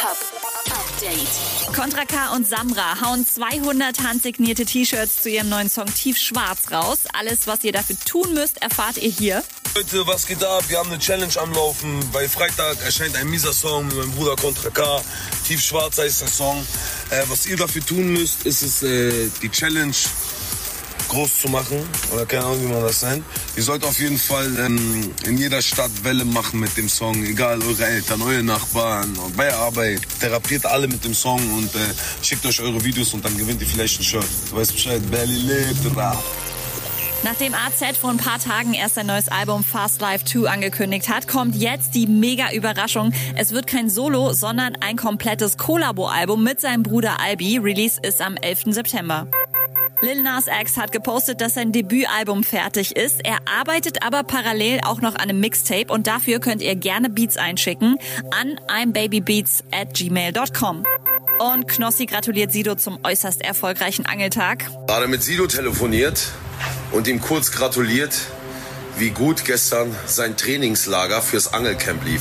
Top Update. Contra K und Samra hauen 200 handsignierte T-Shirts zu ihrem neuen Song Tief Schwarz raus. Alles, was ihr dafür tun müsst, erfahrt ihr hier. Leute, was geht ab? Wir haben eine Challenge am Laufen. Bei Freitag erscheint ein mieser Song mit meinem Bruder Contra K. Tief Schwarz heißt der Song. Was ihr dafür tun müsst, ist es, die Challenge groß zu machen. Oder keine Ahnung, wie man das nennt. Ihr sollt auf jeden Fall in jeder Stadt Welle machen mit dem Song. Egal, eure Eltern, eure Nachbarn, bei Arbeit. Therapiert alle mit dem Song und schickt euch eure Videos und dann gewinnt ihr vielleicht ein Shirt. Du weißt Bescheid. Belly lebt, Rap. Nachdem AZ vor ein paar Tagen erst sein neues Album Fast Life 2 angekündigt hat, kommt jetzt die Mega-Überraschung. Es wird kein Solo, sondern ein komplettes Kollabo-Album mit seinem Bruder Albi. Release ist am 11. September. Lil Nas X hat gepostet, dass sein Debütalbum fertig ist. Er arbeitet aber parallel auch noch an einem Mixtape und dafür könnt ihr gerne Beats einschicken an imbabybeats@gmail.com. Und Knossi gratuliert Sido zum äußerst erfolgreichen Angeltag. Gerade mit Sido telefoniert und ihm kurz gratuliert, wie gut gestern sein Trainingslager fürs Angelcamp lief.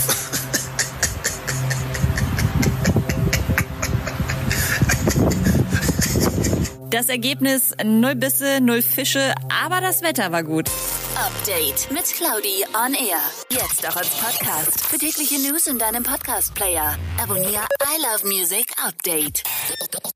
Das Ergebnis 0 Bisse, 0 Fische, aber das Wetter war gut. Update mit Claudi on Air. Jetzt auch als Podcast. Für tägliche News in deinem Podcast-Player. Abonniere I Love Music Update.